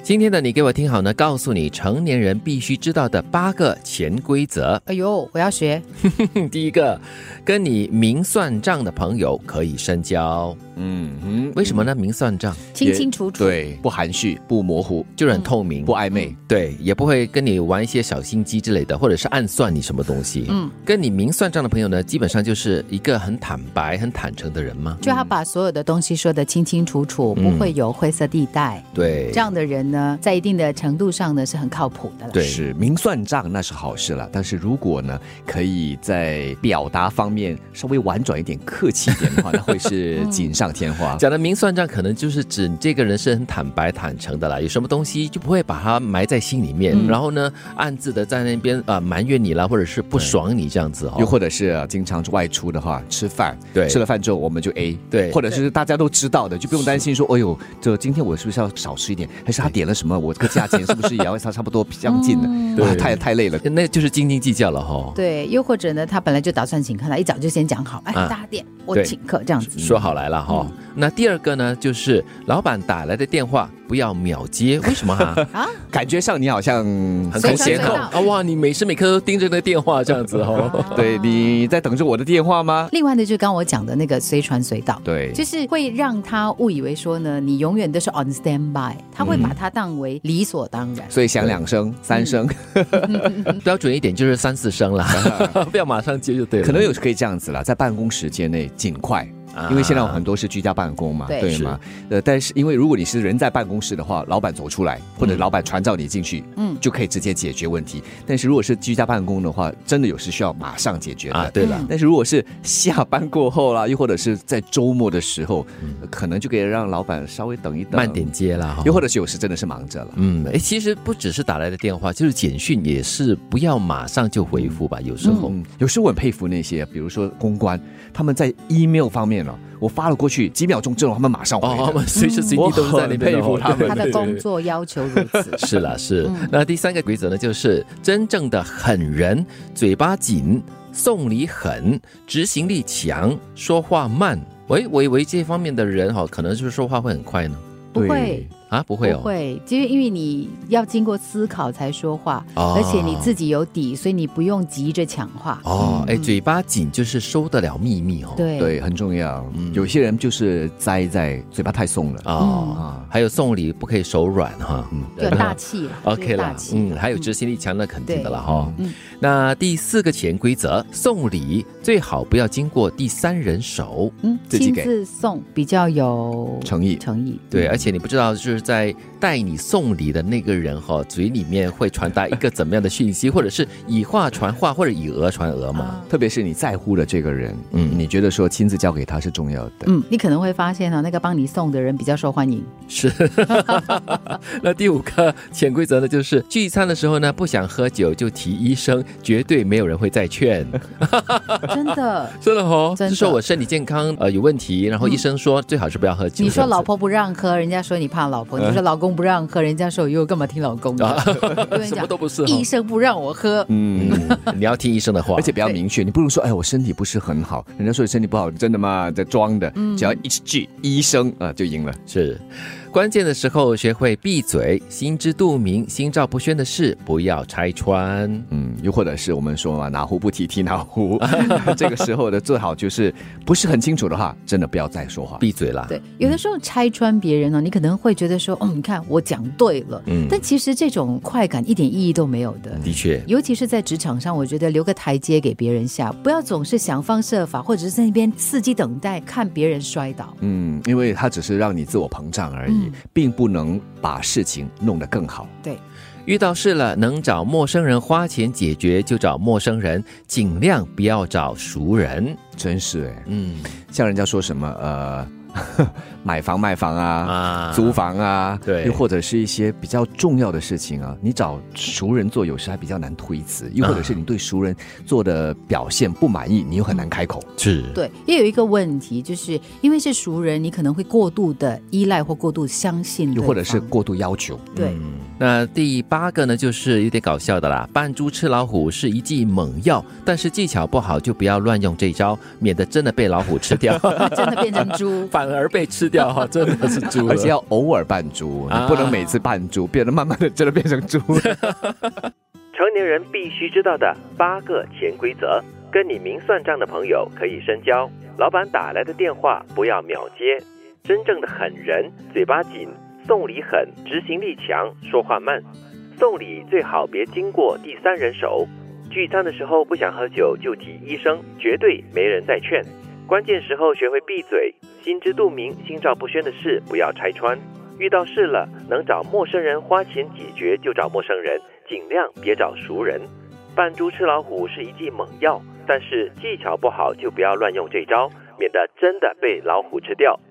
今天的你给我听好呢，告诉你成年人必须知道的8个潜规则。 哎呦，我要学。 第一个，跟你明算账的朋友可以深交。为什么呢？明算账， 清清楚楚， 对，不含蓄，不模糊， 就是很透明， 不暧昧， 对，也不会跟你玩一些小心机之类的，或者是暗算你什么东西。跟你明算账的朋友呢，基本上就是一个很坦白、很坦诚的人嘛。 就要把所有的东西说得清清楚楚，不会有灰色地带。 对， 这样的人呢，在一定的程度上呢，是很靠谱的了。 对， 是明算账那是好事了，但是如果呢，可以在表达方面稍微婉转一点、客气一点的话，那会是锦上添花。 讲的明算账，可能就是指你这个人是很坦白、坦诚的啦，有什么东西就不会把它埋在心里面，然后呢，暗自的在那边埋怨你啦，或者是不爽你这样子又或者是经常外出的话，吃饭， 对， 吃了饭之后我们就 A， 对， 或者是大家都知道的，就不用担心说，哎呦，这今天我是不是要少吃一点，还是他点了什么，我这个价钱是不是也要差不多相近的？哇，太累了， 那就是斤斤计较了哈。 对，又或者呢，他本来就打算请客，他一早就先讲好，哎，大家点，我请客这样子， 说好来了哈。那第二个呢，就是老板打来的电话不要秒接，为什么啊？ 感觉上你好像很闲哦，哇，你每时每刻都盯着那个电话这样子哦。 对，你在等着我的电话吗？ 另外呢，就刚我讲的那个随传随到， 对， 就是会让他误以为说呢，你永远都是 on standby， 他会把它当为理所当然， 所以响2声、3声， 标准一点就是3、4声啦，不要马上接就对了。 可能有可以这样子啦，在办公时间内尽快。因为现在有很多是居家办公嘛，对吗？但是因为如果你是人在办公室的话，老板走出来或者老板传召你进去，就可以直接解决问题。但是如果是居家办公的话，真的有时需要马上解决的啊。对了， 但是如果是下班过后啦，又或者是在周末的时候，可能就可以让老板稍微等一等， 慢点接啦。 又或者是有时真的是忙着了。 其实不只是打来的电话，就是简讯也是不要马上就回复吧。有时候， 有时候我很佩服那些，比如说公关，他们在 email 方面我发了过去几秒钟之后，他们马上回他们随时随地都在那边， 佩服他们。 他的工作要求如此。 是啦，是。那第3个规则呢，就是真正的狠人，嘴巴紧，送礼狠，执行力强，说话慢。我以为这方面的人可能就是说话会很快呢。 不会啊，不会不会，因为你要经过思考才说话，而且你自己有底，所以你不用急着抢话。 嘴巴紧就是收得了秘密对，很重要。有些人就是栽在嘴巴太松了还有送礼不可以手软有大气 OK 了，还有执行力强，那肯定的了那第4个潜规则，送礼最好不要经过第3人手， 亲自送比较有诚意。 对，而且你不知道就是在带你送礼的那个人嘴里面会传达一个怎么样的讯息，或者是以话传话，或者以讹传讹嘛。 特别是你在乎的这个人，你觉得说亲自交给他是重要的。 你可能会发现那个帮你送的人比较受欢迎。 是。那第5个潜规则呢，就是聚餐的时候呢，不想喝酒就提医生，绝对没有人会再劝。 真的真的就说我身体健康有问题，然后医生说最好是不要喝酒。 你说老婆不让喝，人家说你怕老婆；你说老公不让喝，人家说又干嘛听老公的？ 什么都不是。 医生不让我喝， 你要听医生的话， 而且比较明确，你不能说我身体不是很好，人家说你身体不好，真的吗？在装的，只要一句医生就赢了。 是。关键的时候学会闭嘴，心知肚明，心照不宣的事不要拆穿。 又或者是我们说嘛，哪壶不提提哪壶。这个时候的最好就是不是很清楚的话，真的不要再说话， 闭嘴啦。 对，有的时候拆穿别人你可能会觉得说，你看我讲对了，但其实这种快感一点意义都没有的。 的确， 尤其是在职场上，我觉得留个台阶给别人下，不要总是想方设法，或者是在那边伺机等待看别人摔倒。 因为它只是让你自我膨胀而已，并不能把事情弄得更好。 对， 遇到事了能找陌生人花钱解决就找陌生人，尽量不要找熟人。 真是像人家说什么买房卖房租房对， 又或者是一些比较重要的事情你找熟人做有时还比较难推辞，又或者是你对熟人做的表现不满意，你又很难开口。 是， 对，也有一个问题，就是因为是熟人，你可能会过度的依赖或过度相信对方， 又或者是过度要求。 对， 那第8个呢，就是有点搞笑的啦，扮猪吃老虎是一剂猛药，但是技巧不好就不要乱用这招，免得真的被老虎吃掉。 真的变成猪。 反而被吃掉哈，真的是猪了。 而且要偶尔扮猪，你不能每次扮猪，变得慢慢的真的变成猪了。 成年人必须知道的8个潜规则，跟你明算账的朋友可以深交。老板打来的电话不要秒接。真正的狠人，嘴巴紧，送礼狠，执行力强，说话慢。送礼最好别经过第3人手。聚餐的时候不想喝酒就提医生，绝对没人再劝。关键时候学会闭嘴，心知肚明、心照不宣的事不要拆穿。遇到事了，能找陌生人花钱解决就找陌生人，尽量别找熟人。扮猪吃老虎是一剂猛药，但是技巧不好就不要乱用这招，免得真的被老虎吃掉。